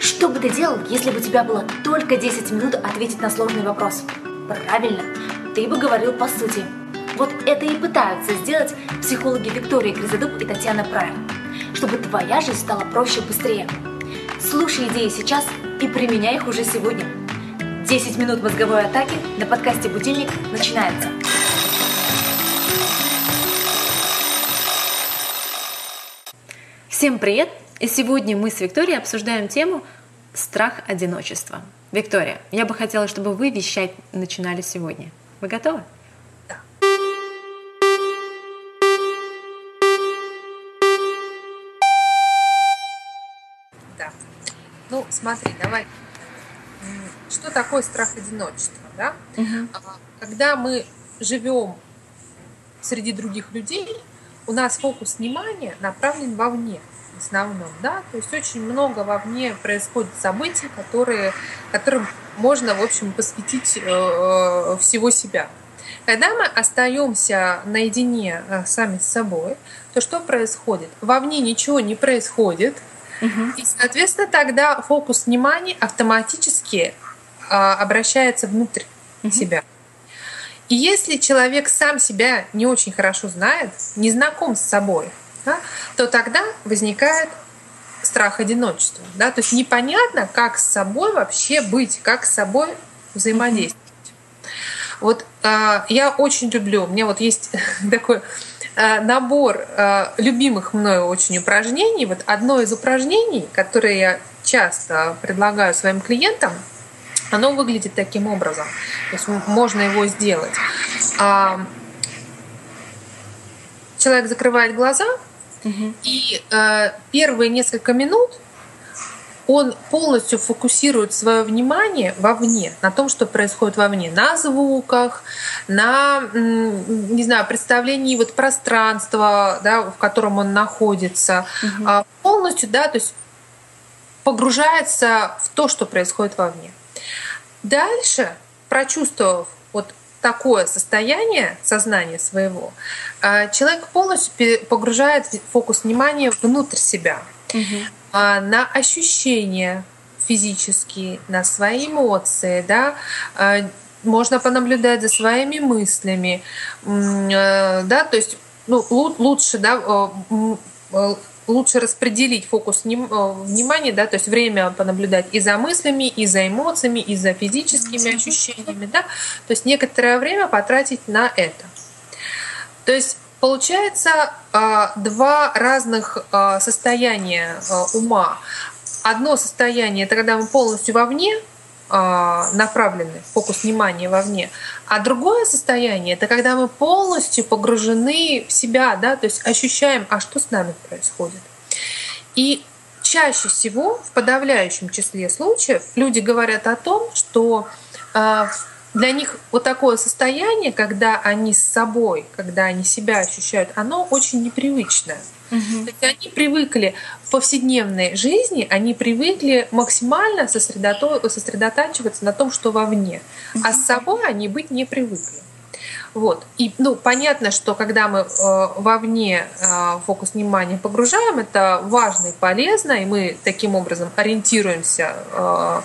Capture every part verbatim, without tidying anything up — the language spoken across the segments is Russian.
Что бы ты делал, если бы у тебя было только десять минут ответить на сложный вопрос? Правильно, ты бы говорил по сути. Вот это и пытаются сделать психологи Виктория Грызодуб и Татьяна Праев, чтобы твоя жизнь стала проще и быстрее. Слушай идеи сейчас и применяй их уже сегодня. десять минут мозговой атаки на подкасте «Будильник» начинается. Всем привет! И сегодня мы с Викторией обсуждаем тему «Страх одиночества». Виктория, я бы хотела, чтобы вы вещать начинали сегодня. Вы готовы? Да. Да. Ну, смотри, давай. Что такое страх одиночества? Да? Угу. Когда мы живем среди других людей, у нас фокус внимания направлен вовне. В основном, да, то есть очень много вовне происходит событий, которые, которым можно, в общем, посвятить э, всего себя. Когда мы остаемся наедине э, сами с собой, то что происходит? Вовне ничего не происходит, угу. И, соответственно, тогда фокус внимания автоматически э, обращается внутрь угу. себя. И если человек сам себя не очень хорошо знает, не знаком с собой, да, то тогда возникает страх одиночества. Да? То есть непонятно, как с собой вообще быть, как с собой взаимодействовать. Mm-hmm. Вот э, я очень люблю, у меня вот есть такой э, набор э, любимых мною очень упражнений. Вот одно из упражнений, которое я часто предлагаю своим клиентам, оно выглядит таким образом. То есть можно его сделать. А, человек закрывает глаза, угу. и э, первые несколько минут он полностью фокусирует свое внимание вовне, на том, что происходит вовне, на звуках, на, не знаю, представлении вот пространства, да, в котором он находится, угу. а, полностью, да, то есть погружается в то, что происходит вовне. Дальше, прочувствовав вот такое состояние сознания своего, человек полностью погружает фокус внимания внутрь себя, угу. на ощущения физические, на свои эмоции, да, можно понаблюдать за своими мыслями, да, то есть ну, лучше, да, лучше распределить фокус внимания, да, то есть время понаблюдать и за мыслями, и за эмоциями, и за физическими ощущениями, да, то есть некоторое время потратить на это. То есть получается два разных состояния ума. Одно состояние — это когда мы полностью вовне направлены, фокус внимания вовне, а другое состояние — это когда мы полностью погружены в себя, да, то есть ощущаем, а что с нами происходит. И чаще всего, в подавляющем числе случаев, люди говорят о том, что для них вот такое состояние, когда они с собой, когда они себя ощущают, оно очень непривычное. Угу. То есть они привыкли в повседневной жизни, они привыкли максимально сосредото- сосредотачиваться на том, что вовне, угу. а с собой они быть не привыкли. Вот. И ну, понятно, что когда мы э, вовне э, фокус внимания погружаем, это важно и полезно, и мы таким образом ориентируемся э,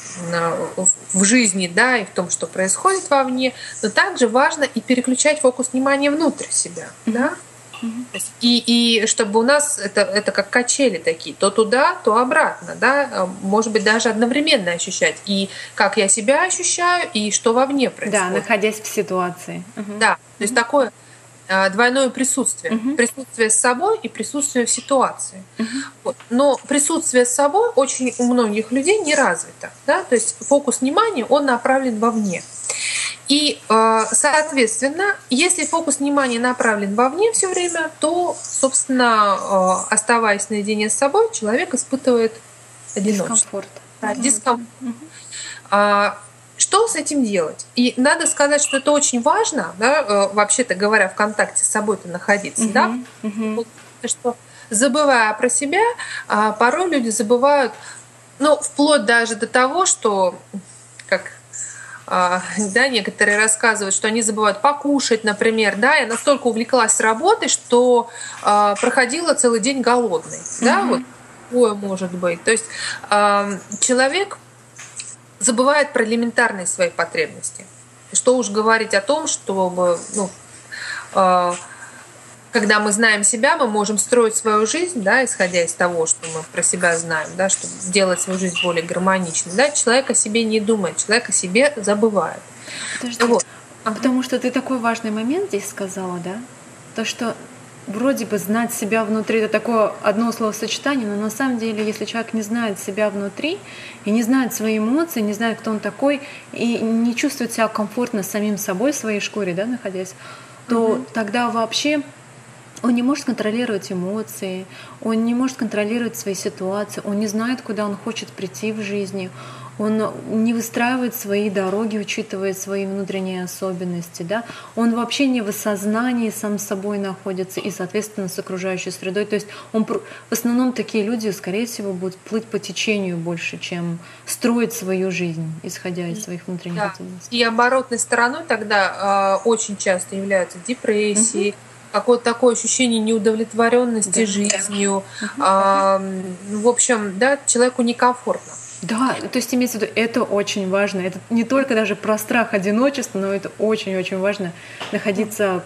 в жизни, да, и в том, что происходит вовне, но также важно и переключать фокус внимания внутрь себя, mm-hmm. да, mm-hmm. и, и чтобы у нас это, это как качели такие, то туда, то обратно, да, может быть, даже одновременно ощущать и как я себя ощущаю, и что вовне происходит. Да, находясь в ситуации. Mm-hmm. Да, то есть mm-hmm. такое двойное присутствие. Uh-huh. Присутствие с собой и присутствие в ситуации. Uh-huh. Вот. Но присутствие с собой очень у многих людей не развито. Да? То есть фокус внимания, он направлен вовне. И, соответственно, если фокус внимания направлен вовне все время, то, собственно, оставаясь наедине с собой, человек испытывает одиночество. Дискомфорт. Да, дискомфорт. Uh-huh. Что с этим делать? И надо сказать, что это очень важно, да, вообще-то говоря, в контакте с собой-то находиться, uh-huh, да? Uh-huh. Что, забывая про себя, порой люди забывают, ну, вплоть даже до того, что, как да, некоторые рассказывают, что они забывают покушать, например, да, я настолько увлеклась работой, что проходила целый день голодной, uh-huh. да, вот. такое может быть. То есть э, человек забывает про элементарные свои потребности. Что уж говорить о том, чтобы, ну, э, когда мы знаем себя, мы можем строить свою жизнь, да, исходя из того, что мы про себя знаем, да, чтобы сделать свою жизнь более гармоничной. Да, человек о себе не думает, человек о себе забывает. Подожди, вот. А потому что ты такой важный момент здесь сказала, да? То, что вроде бы знать себя внутри — это такое одно словосочетание, но на самом деле, если человек не знает себя внутри и не знает свои эмоции, не знает, кто он такой, и не чувствует себя комфортно с самим собой, в своей шкуре, да, находясь, то угу. тогда вообще он не может контролировать эмоции, он не может контролировать свои ситуации, он не знает, куда он хочет прийти в жизни, он не выстраивает свои дороги, учитывая свои внутренние особенности, да? Он вообще не в осознании сам с собой находится и, соответственно, с окружающей средой. То есть он, в основном такие люди, скорее всего, будут плыть по течению больше, чем строить свою жизнь, исходя из своих внутренних да. ценностей. И оборотной стороной тогда э, очень часто являются депрессии, угу. какое-то такое ощущение неудовлетворенности да, жизнью. Да. Э, в общем, да, человеку некомфортно. Да, то есть имеется в виду, это очень важно. Это не только даже про страх одиночества, но это очень-очень важно находиться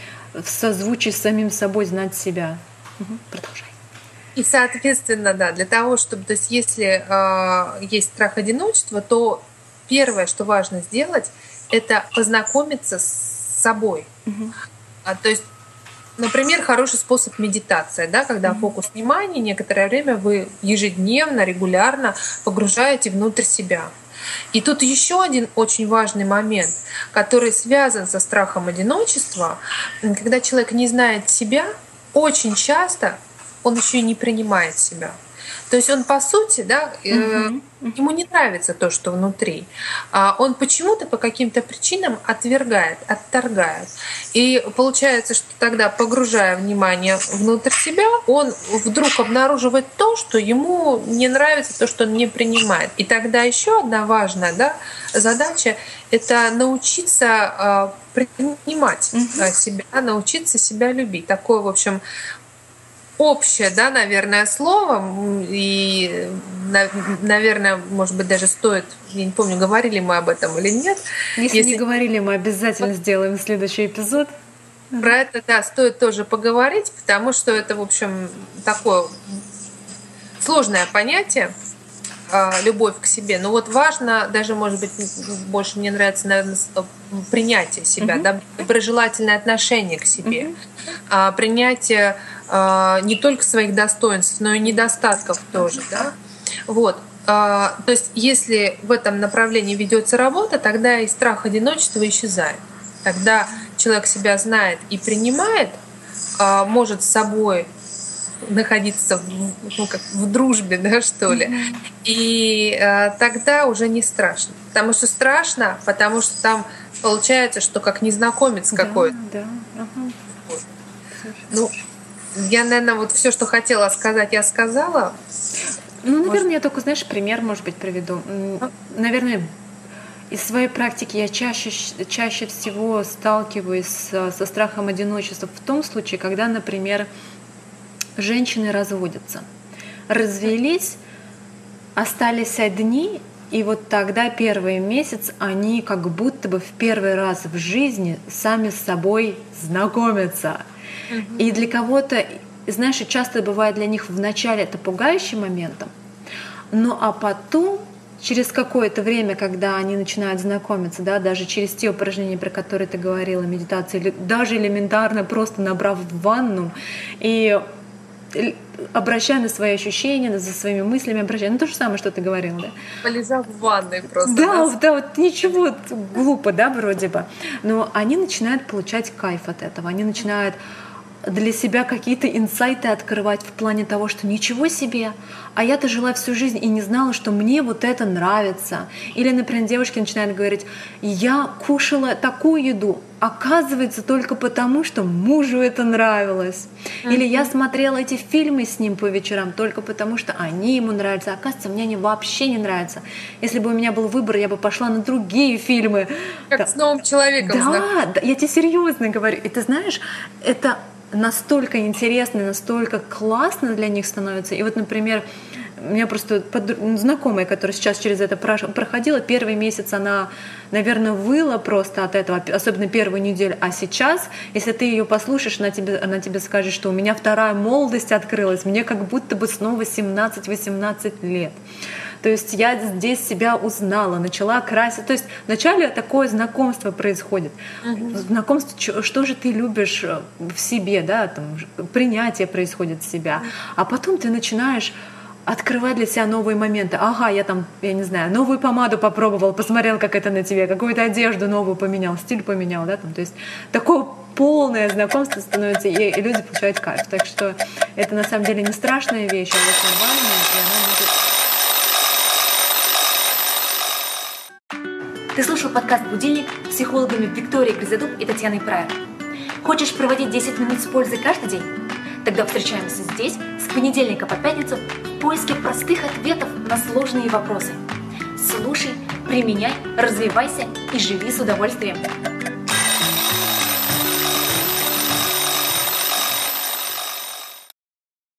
в созвучии с самим собой, знать себя. Угу. Продолжай. И, соответственно, да, для того, чтобы, то есть если э, есть страх одиночества, то первое, что важно сделать, это познакомиться с собой. Угу. А, то есть например, хороший способ медитация, да, когда mm-hmm. фокус внимания некоторое время вы ежедневно, регулярно погружаете внутрь себя. И тут еще один очень важный момент, который связан со страхом одиночества. Когда человек не знает себя, очень часто он еще и не принимает себя. То есть он, по сути, да, uh-huh. Uh-huh. ему не нравится то, что внутри. Он почему-то по каким-то причинам отвергает, отторгает. И получается, что тогда, погружая внимание внутрь себя, он вдруг обнаруживает то, что ему не нравится, то, что он не принимает. И тогда еще одна важная, да, задача — это научиться принимать uh-huh. себя, научиться себя любить. Такое, в общем, общее, да, наверное, слово, и, наверное, может быть, даже стоит, я не помню, говорили мы об этом или нет. Если, Если... не говорили, мы обязательно сделаем следующий эпизод. Про это, да, стоит тоже поговорить, потому что это, в общем, такое сложное понятие, любовь к себе. Но вот важно, даже, может быть, больше мне нравится, наверное, принятие себя, uh-huh. да, доброжелательное отношение к себе, uh-huh. принятие не только своих достоинств, но и недостатков тоже, да. Вот. То есть, если в этом направлении ведется работа, тогда и страх одиночества исчезает. Тогда человек себя знает и принимает, может с собой находиться в, ну, как в дружбе, да, что ли. Mm-hmm. И э, тогда уже не страшно. Потому что страшно, потому что там получается, что как незнакомец да, какой-то. Да. Ага. Вот. Ну, я, наверное, вот все, что хотела сказать, я сказала. Ну, наверное, может... я только, знаешь, пример, может быть, приведу. Наверное, из своей практики я чаще, чаще всего сталкиваюсь со, со страхом одиночества в том случае, когда, например, женщины разводятся, развелись, остались одни, и вот тогда первый месяц они как будто бы в первый раз в жизни сами с собой знакомятся. Mm-hmm. И для кого-то, знаешь, часто бывает для них вначале это пугающим моментом, ну а потом, через какое-то время, когда они начинают знакомиться, да, даже через те упражнения, про которые ты говорила, медитация, или даже элементарно просто набрав ванну и обращая на свои ощущения, за своими мыслями, обращая. Ну, то же самое, что ты говорила, да? Полежав в ванной просто. Да, да, да, вот ничего, глупо, да, вроде бы. Но они начинают получать кайф от этого. Они начинают для себя какие-то инсайты открывать в плане того, что ничего себе, а я-то жила всю жизнь и не знала, что мне вот это нравится. Или, например, девушки начинают говорить: я кушала такую еду, оказывается, только потому, что мужу это нравилось. Mm-hmm. Или я смотрела эти фильмы с ним по вечерам только потому, что они ему нравятся. Оказывается, мне они вообще не нравятся. Если бы у меня был выбор, я бы пошла на другие фильмы. Как да. с новым человеком. Да, да, я тебе серьезно говорю. И ты знаешь, это настолько интересно, настолько классно для них становится. И вот, например, у меня просто под... знакомая, которая сейчас через это проходила, первый месяц она, наверное, выла просто от этого, особенно первую неделю. А сейчас, если ты ее послушаешь, она тебе, она тебе скажет, что у меня вторая молодость открылась, мне как будто бы снова семнадцать-восемнадцать лет. То есть я здесь себя узнала, начала красить. То есть вначале такое знакомство происходит. Uh-huh. Знакомство, что же ты любишь в себе, да, там, принятие происходит себя. Uh-huh. А потом ты начинаешь открывать для себя новые моменты. Ага, я там, я не знаю, новую помаду попробовал, посмотрел, как это на тебе, какую-то одежду новую поменял, стиль поменял, да, там, то есть такое полное знакомство становится, и, и люди получают кайф. Так что это на самом деле не страшная вещь, а очень важная, и она может... Ты слушал подкаст «Будильник» с психологами Викторией Грызодуб и Татьяной Прайер. Хочешь проводить десять минут с пользой каждый день? Тогда встречаемся здесь с понедельника по пятницу в поиске простых ответов на сложные вопросы. Слушай, применяй, развивайся и живи с удовольствием.